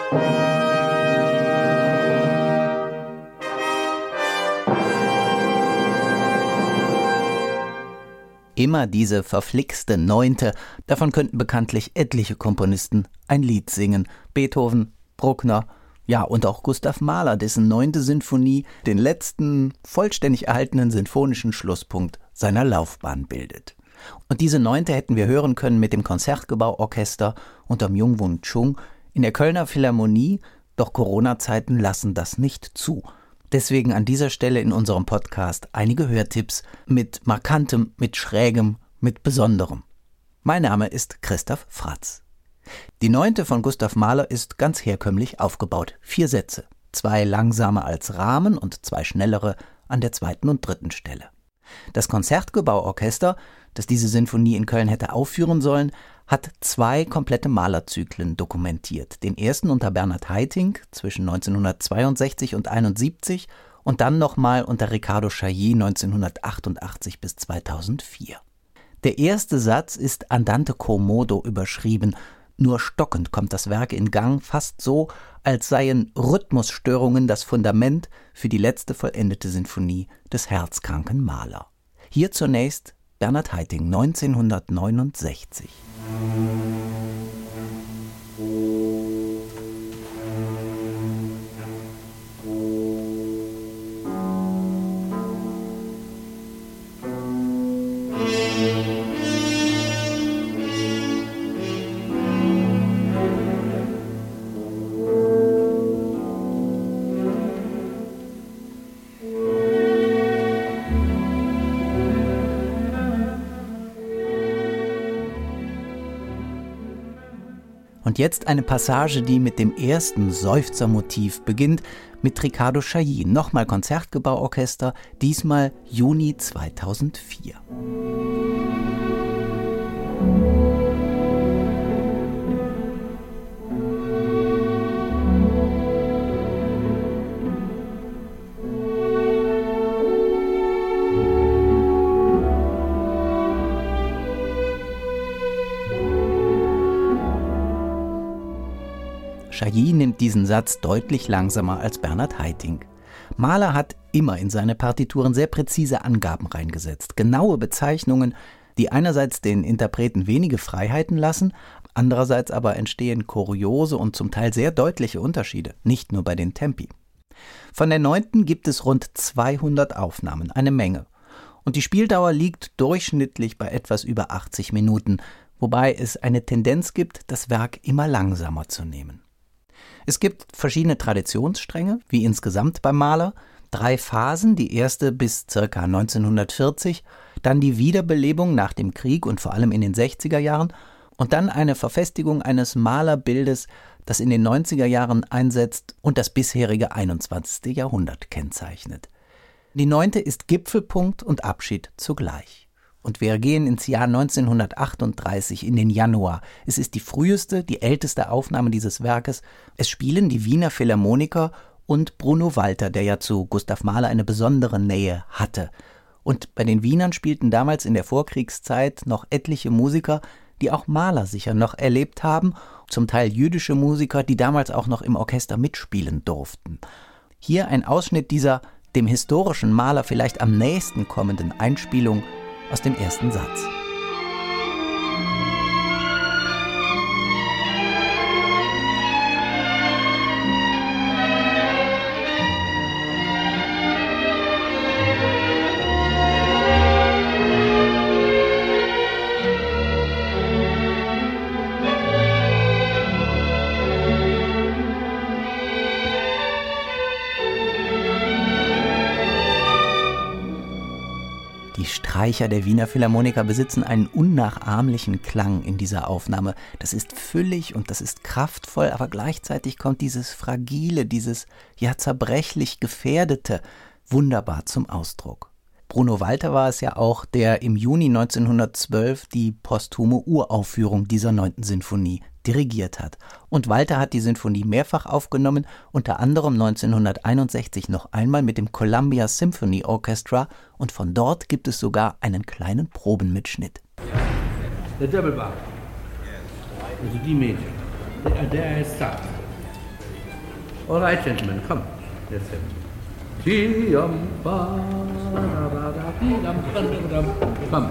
Immer diese verflixte Neunte, davon könnten bekanntlich etliche Komponisten ein Lied singen. Beethoven, Bruckner, ja und auch Gustav Mahler, dessen 9. Sinfonie den letzten vollständig erhaltenen sinfonischen Schlusspunkt seiner Laufbahn bildet. Und diese 9. hätten wir hören können mit dem Konzertgebauorchester unter Myung-Whun Chung in der Kölner Philharmonie, doch Corona-Zeiten lassen das nicht zu. Deswegen an dieser Stelle in unserem Podcast einige Hörtipps mit Markantem, mit Schrägem, mit Besonderem. Mein Name ist Christoph Fratz. Die 9. von Gustav Mahler ist ganz herkömmlich aufgebaut. 4 Sätze, 2 langsame als Rahmen und 2 schnellere an der 2. und 3. Stelle. Das Konzertgebauorchester, das diese Sinfonie in Köln hätte aufführen sollen, hat 2 komplette Mahlerzyklen dokumentiert. Den ersten unter Bernhard Haitink zwischen 1962 und 1971 und dann nochmal unter Riccardo Chailly 1988 bis 2004. Der erste Satz ist Andante quo modo überschrieben. Nur stockend kommt das Werk in Gang, fast so, als seien Rhythmusstörungen das Fundament für die letzte vollendete Sinfonie des herzkranken Mahler. Hier zunächst Bernhard Haitink 1969. Und jetzt eine Passage, die mit dem ersten Seufzermotiv beginnt, mit Riccardo Chailly, nochmal Konzertgebauorchester, diesmal Juni 2004. Chailly nimmt diesen Satz deutlich langsamer als Bernhard Haitink. Mahler hat immer in seine Partituren sehr präzise Angaben reingesetzt, genaue Bezeichnungen, die einerseits den Interpreten wenige Freiheiten lassen, andererseits aber entstehen kuriose und zum Teil sehr deutliche Unterschiede, nicht nur bei den Tempi. Von der 9. gibt es rund 200 Aufnahmen, eine Menge. Und die Spieldauer liegt durchschnittlich bei etwas über 80 Minuten, wobei es eine Tendenz gibt, das Werk immer langsamer zu nehmen. Es gibt verschiedene Traditionsstränge, wie insgesamt beim Mahler, 3 Phasen, die erste bis ca. 1940, dann die Wiederbelebung nach dem Krieg und vor allem in den 60er Jahren und dann eine Verfestigung eines Malerbildes, das in den 90er Jahren einsetzt und das bisherige 21. Jahrhundert kennzeichnet. Die 9. ist Gipfelpunkt und Abschied zugleich. Und wir gehen ins Jahr 1938 in den Januar. Es ist die früheste, die älteste Aufnahme dieses Werkes. Es spielen die Wiener Philharmoniker und Bruno Walter, der ja zu Gustav Mahler eine besondere Nähe hatte. Und bei den Wienern spielten damals in der Vorkriegszeit noch etliche Musiker, die auch Mahler sicher noch erlebt haben, zum Teil jüdische Musiker, die damals auch noch im Orchester mitspielen durften. Hier ein Ausschnitt dieser dem historischen Mahler vielleicht am nächsten kommenden Einspielung aus dem ersten Satz. Die Streicher der Wiener Philharmoniker besitzen einen unnachahmlichen Klang in dieser Aufnahme. Das ist füllig und das ist kraftvoll, aber gleichzeitig kommt dieses Fragile, dieses ja zerbrechlich Gefährdete wunderbar zum Ausdruck. Bruno Walter war es ja auch, der im Juni 1912 die posthume Uraufführung dieser 9. Sinfonie dirigiert hat. Und Walter hat die Sinfonie mehrfach aufgenommen, unter anderem 1961 noch einmal mit dem Columbia Symphony Orchestra, und von dort gibt es sogar einen kleinen Probenmitschnitt. Der Double Bar, also die Major, der ist Start. All right, gentlemen, come. Let's have it. Come.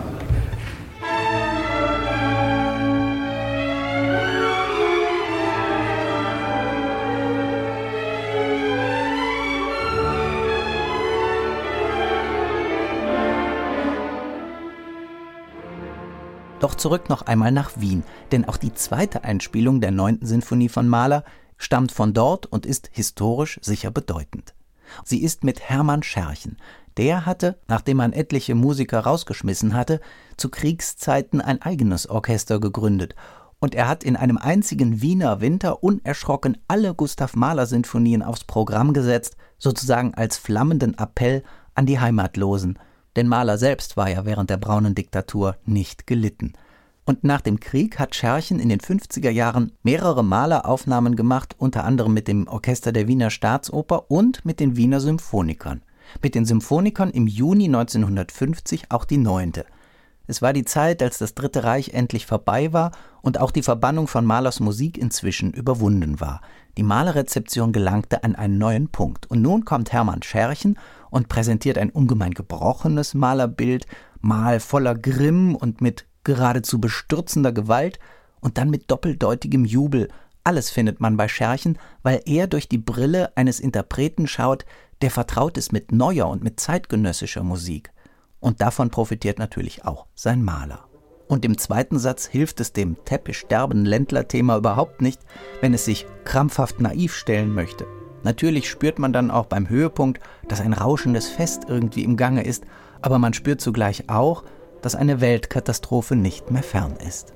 Doch zurück noch einmal nach Wien, denn auch die zweite Einspielung der 9. Sinfonie von Mahler stammt von dort und ist historisch sicher bedeutend. Sie ist mit Hermann Scherchen. Der hatte, nachdem man etliche Musiker rausgeschmissen hatte, zu Kriegszeiten ein eigenes Orchester gegründet. Und er hat in einem einzigen Wiener Winter unerschrocken alle Gustav-Mahler-Sinfonien aufs Programm gesetzt, sozusagen als flammenden Appell an die Heimatlosen. Denn Mahler selbst war ja während der braunen Diktatur nicht gelitten. Und nach dem Krieg hat Scherchen in den 50er Jahren mehrere Mahler-Aufnahmen gemacht, unter anderem mit dem Orchester der Wiener Staatsoper und mit den Wiener Symphonikern. Mit den Symphonikern im Juni 1950 auch die 9. Es war die Zeit, als das Dritte Reich endlich vorbei war und auch die Verbannung von Mahlers Musik inzwischen überwunden war. Die Mahler-Rezeption gelangte an einen neuen Punkt. Und nun kommt Hermann Scherchen und präsentiert ein ungemein gebrochenes Mahlerbild, mal voller Grimm und mit geradezu bestürzender Gewalt und dann mit doppeldeutigem Jubel. Alles findet man bei Scherchen, weil er durch die Brille eines Interpreten schaut, der vertraut ist mit neuer und mit zeitgenössischer Musik. Und davon profitiert natürlich auch sein Mahler. Und im zweiten Satz hilft es dem teppichderben Ländler-Thema überhaupt nicht, wenn es sich krampfhaft naiv stellen möchte. Natürlich spürt man dann auch beim Höhepunkt, dass ein rauschendes Fest irgendwie im Gange ist, aber man spürt zugleich auch, dass eine Weltkatastrophe nicht mehr fern ist.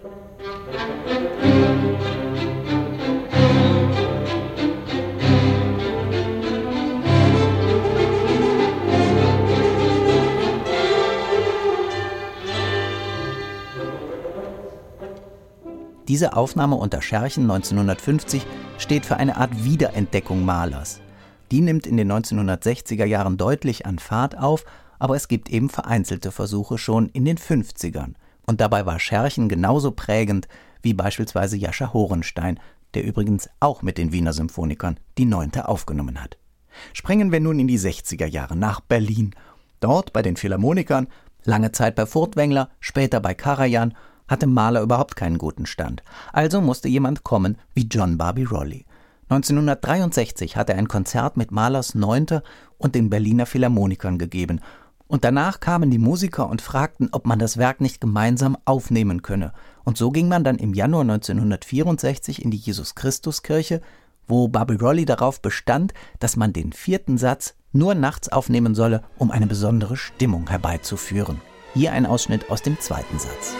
Diese Aufnahme unter Scherchen 1950 steht für eine Art Wiederentdeckung Mahlers. Die nimmt in den 1960er Jahren deutlich an Fahrt auf, aber es gibt eben vereinzelte Versuche schon in den 50ern. Und dabei war Scherchen genauso prägend wie beispielsweise Jascha Horenstein, der übrigens auch mit den Wiener Symphonikern die 9. aufgenommen hat. Springen wir nun in die 60er Jahre nach Berlin. Dort bei den Philharmonikern, lange Zeit bei Furtwängler, später bei Karajan, hatte Mahler überhaupt keinen guten Stand. Also musste jemand kommen wie John Barbirolli. 1963 hat er ein Konzert mit Mahlers 9. und den Berliner Philharmonikern gegeben. Und danach kamen die Musiker und fragten, ob man das Werk nicht gemeinsam aufnehmen könne. Und so ging man dann im Januar 1964 in die Jesus-Christus-Kirche, wo Barbirolli darauf bestand, dass man den 4. Satz nur nachts aufnehmen solle, um eine besondere Stimmung herbeizuführen. Hier ein Ausschnitt aus dem 2. Satz.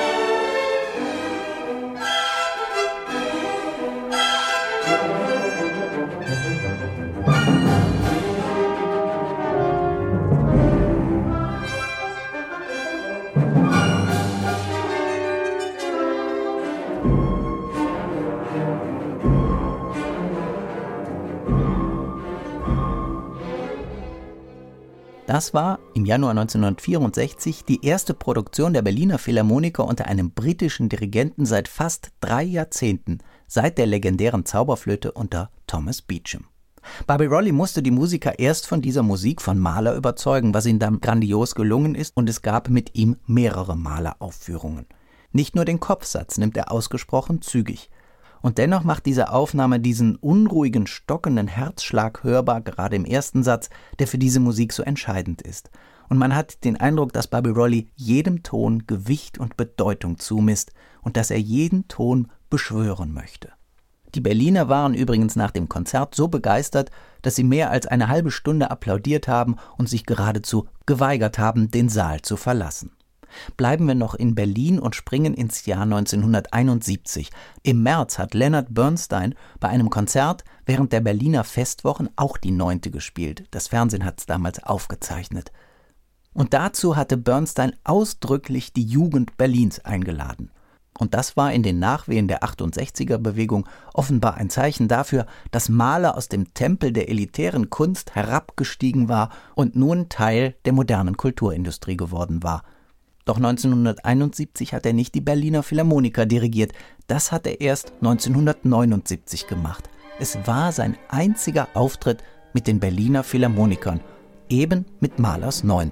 Das war im Januar 1964 die erste Produktion der Berliner Philharmoniker unter einem britischen Dirigenten seit fast 3 Jahrzehnten, seit der legendären Zauberflöte unter Thomas Beecham. Barbirolli musste die Musiker erst von dieser Musik von Mahler überzeugen, was ihm dann grandios gelungen ist, und es gab mit ihm mehrere Mahler-Aufführungen. Nicht nur den Kopfsatz nimmt er ausgesprochen zügig. Und dennoch macht diese Aufnahme diesen unruhigen, stockenden Herzschlag hörbar, gerade im ersten Satz, der für diese Musik so entscheidend ist. Und man hat den Eindruck, dass Barbirolli jedem Ton Gewicht und Bedeutung zumisst und dass er jeden Ton beschwören möchte. Die Berliner waren übrigens nach dem Konzert so begeistert, dass sie mehr als eine halbe Stunde applaudiert haben und sich geradezu geweigert haben, den Saal zu verlassen. Bleiben wir noch in Berlin und springen ins Jahr 1971. Im März hat Leonard Bernstein bei einem Konzert während der Berliner Festwochen auch die 9. gespielt. Das Fernsehen hat es damals aufgezeichnet. Und dazu hatte Bernstein ausdrücklich die Jugend Berlins eingeladen. Und das war in den Nachwehen der 68er-Bewegung offenbar ein Zeichen dafür, dass Mahler aus dem Tempel der elitären Kunst herabgestiegen war und nun Teil der modernen Kulturindustrie geworden war. Doch 1971 hat er nicht die Berliner Philharmoniker dirigiert, das hat er erst 1979 gemacht. Es war sein einziger Auftritt mit den Berliner Philharmonikern, eben mit Mahlers 9.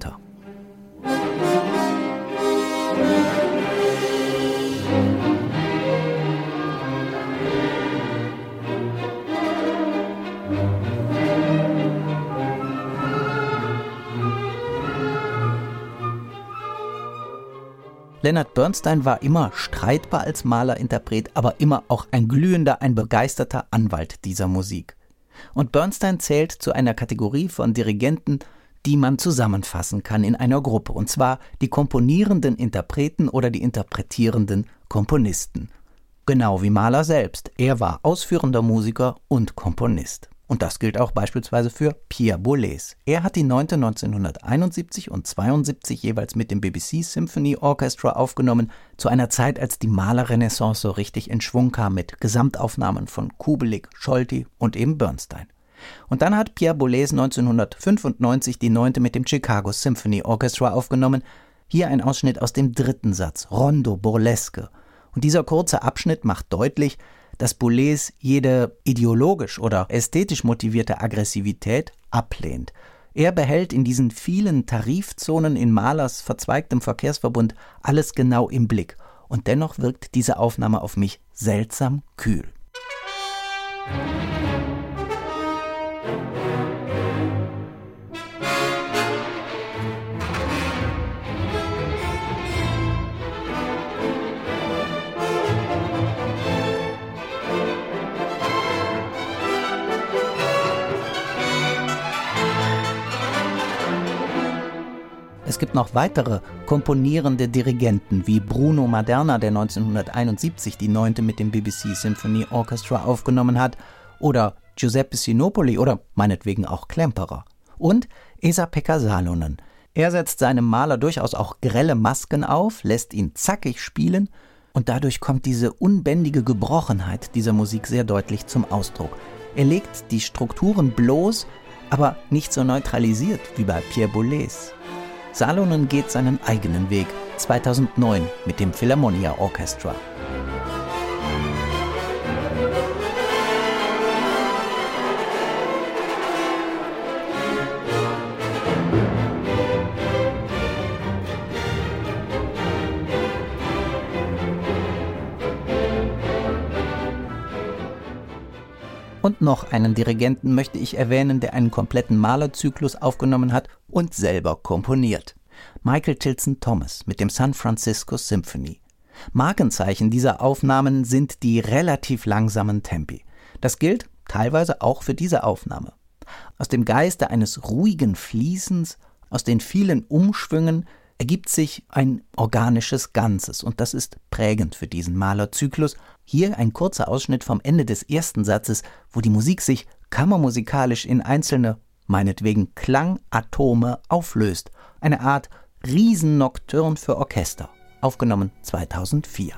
Leonard Bernstein war immer streitbar als Mahler-Interpret, aber immer auch ein glühender, ein begeisterter Anwalt dieser Musik. Und Bernstein zählt zu einer Kategorie von Dirigenten, die man zusammenfassen kann in einer Gruppe, und zwar die komponierenden Interpreten oder die interpretierenden Komponisten. Genau wie Mahler selbst. Er war ausführender Musiker und Komponist. Und das gilt auch beispielsweise für Pierre Boulez. Er hat die 9. 1971 und 72 jeweils mit dem BBC Symphony Orchestra aufgenommen, zu einer Zeit, als die Mahler-Renaissance so richtig in Schwung kam mit Gesamtaufnahmen von Kubelik, Scholti und eben Bernstein. Und dann hat Pierre Boulez 1995 die 9. mit dem Chicago Symphony Orchestra aufgenommen. Hier ein Ausschnitt aus dem 3. Satz, Rondo Burlesque. Und dieser kurze Abschnitt macht deutlich, dass Boulez jede ideologisch oder ästhetisch motivierte Aggressivität ablehnt. Er behält in diesen vielen Tarifzonen in Mahlers verzweigtem Verkehrsverbund alles genau im Blick. Und dennoch wirkt diese Aufnahme auf mich seltsam kühl. Es gibt noch weitere komponierende Dirigenten wie Bruno Maderna, der 1971 die 9. mit dem BBC Symphony Orchestra aufgenommen hat, oder Giuseppe Sinopoli oder meinetwegen auch Klemperer. Und Esa-Pekka Salonen. Er setzt seinem Mahler durchaus auch grelle Masken auf, lässt ihn zackig spielen und dadurch kommt diese unbändige Gebrochenheit dieser Musik sehr deutlich zum Ausdruck. Er legt die Strukturen bloß, aber nicht so neutralisiert wie bei Pierre Boulez. Salonen geht seinen eigenen Weg, 2009 mit dem Philharmonia Orchestra. Und noch einen Dirigenten möchte ich erwähnen, der einen kompletten Mahler-Zyklus aufgenommen hat und selber komponiert. Michael Tilson Thomas mit dem San Francisco Symphony. Markenzeichen dieser Aufnahmen sind die relativ langsamen Tempi. Das gilt teilweise auch für diese Aufnahme. Aus dem Geiste eines ruhigen Fließens, aus den vielen Umschwüngen ergibt sich ein organisches Ganzes und das ist prägend für diesen Mahler-Zyklus. Hier ein kurzer Ausschnitt vom Ende des 1. Satzes, wo die Musik sich kammermusikalisch in einzelne, meinetwegen Klangatome auflöst. Eine Art Riesennocturne für Orchester, aufgenommen 2004.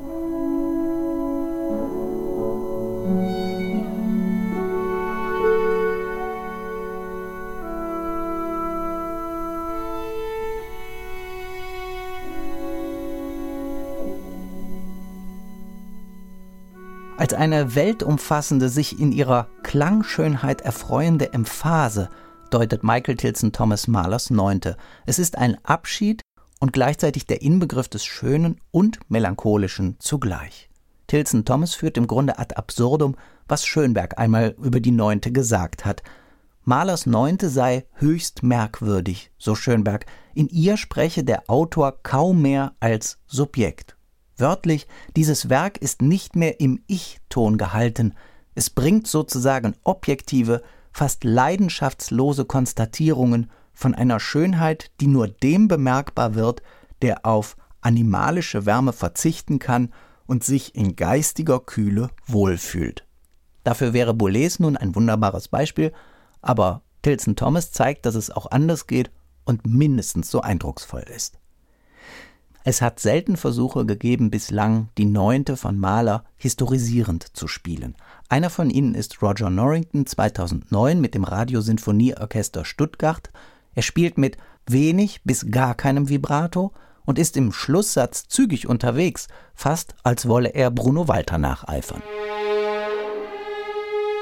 Als eine weltumfassende, sich in ihrer Klangschönheit erfreuende Emphase deutet Michael Tilson Thomas Mahlers 9. Es ist ein Abschied und gleichzeitig der Inbegriff des Schönen und Melancholischen zugleich. Tilson Thomas führt im Grunde ad absurdum, was Schönberg einmal über die 9. gesagt hat. Mahlers 9. sei höchst merkwürdig, so Schönberg. In ihr spreche der Autor kaum mehr als Subjekt. Wörtlich, dieses Werk ist nicht mehr im Ich-Ton gehalten. Es bringt sozusagen objektive, fast leidenschaftslose Konstatierungen von einer Schönheit, die nur dem bemerkbar wird, der auf animalische Wärme verzichten kann und sich in geistiger Kühle wohlfühlt. Dafür wäre Boulez nun ein wunderbares Beispiel, aber Tilson Thomas zeigt, dass es auch anders geht und mindestens so eindrucksvoll ist. Es hat selten Versuche gegeben, bislang die 9. von Mahler historisierend zu spielen. Einer von ihnen ist Roger Norrington 2009 mit dem Radiosinfonieorchester Stuttgart. Er spielt mit wenig bis gar keinem Vibrato und ist im Schlusssatz zügig unterwegs, fast als wolle er Bruno Walter nacheifern.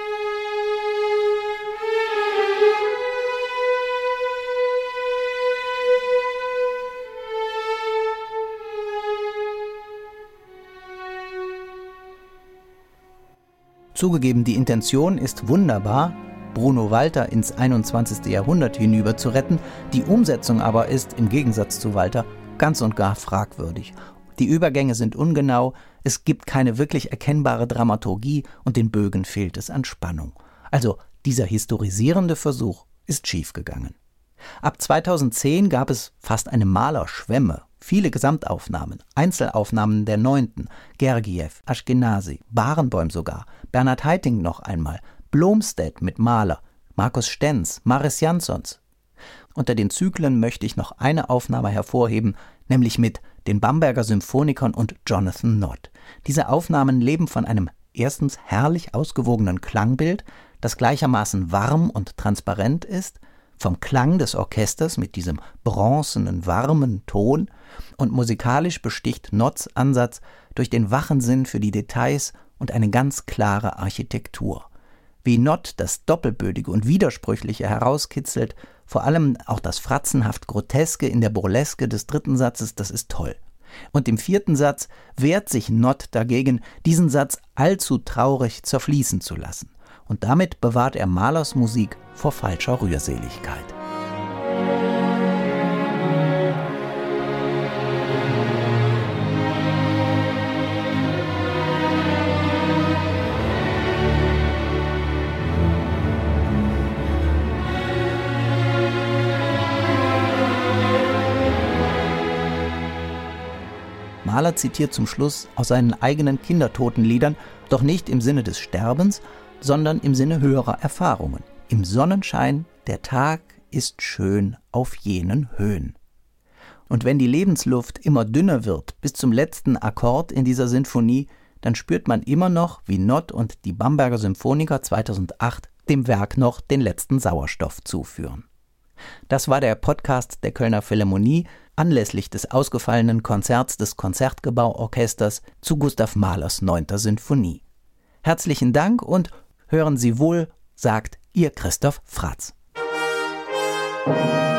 Zugegeben, die Intention ist wunderbar, Bruno Walter ins 21. Jahrhundert hinüber zu retten, die Umsetzung aber ist, im Gegensatz zu Walter, ganz und gar fragwürdig. Die Übergänge sind ungenau, es gibt keine wirklich erkennbare Dramaturgie und den Bögen fehlt es an Spannung. Also dieser historisierende Versuch ist schiefgegangen. Ab 2010 gab es fast eine Malerschwemme, viele Gesamtaufnahmen, Einzelaufnahmen der 9., Gergiev, Ashkenazy, Barenboim sogar, Bernhard Haitink noch einmal, Blomstedt mit Maler, Markus Stenz, Maris Jansons. Unter den Zyklen möchte ich noch eine Aufnahme hervorheben, nämlich mit den Bamberger Symphonikern und Jonathan Nott. Diese Aufnahmen leben von einem erstens herrlich ausgewogenen Klangbild, das gleichermaßen warm und transparent ist, vom Klang des Orchesters mit diesem bronzenen, warmen Ton, und musikalisch besticht Notts Ansatz durch den wachen Sinn für die Details und eine ganz klare Architektur. Wie Nott das Doppelbödige und Widersprüchliche herauskitzelt, vor allem auch das fratzenhaft Groteske in der Burleske des 3. Satzes, das ist toll. Und im 4. Satz wehrt sich Nott dagegen, diesen Satz allzu traurig zerfließen zu lassen. Und damit bewahrt er Mahlers Musik vor falscher Rührseligkeit. Mahler zitiert zum Schluss aus seinen eigenen Kindertotenliedern, doch nicht im Sinne des Sterbens, sondern im Sinne höherer Erfahrungen. Im Sonnenschein, der Tag ist schön auf jenen Höhen. Und wenn die Lebensluft immer dünner wird, bis zum letzten Akkord in dieser Sinfonie, dann spürt man immer noch, wie Nott und die Bamberger Symphoniker 2008 dem Werk noch den letzten Sauerstoff zuführen. Das war der Podcast der Kölner Philharmonie anlässlich des ausgefallenen Konzerts des Konzertgebauorchesters zu Gustav Mahlers 9. Sinfonie. Herzlichen Dank und hören Sie wohl, sagt Ihr Christoph Fratz.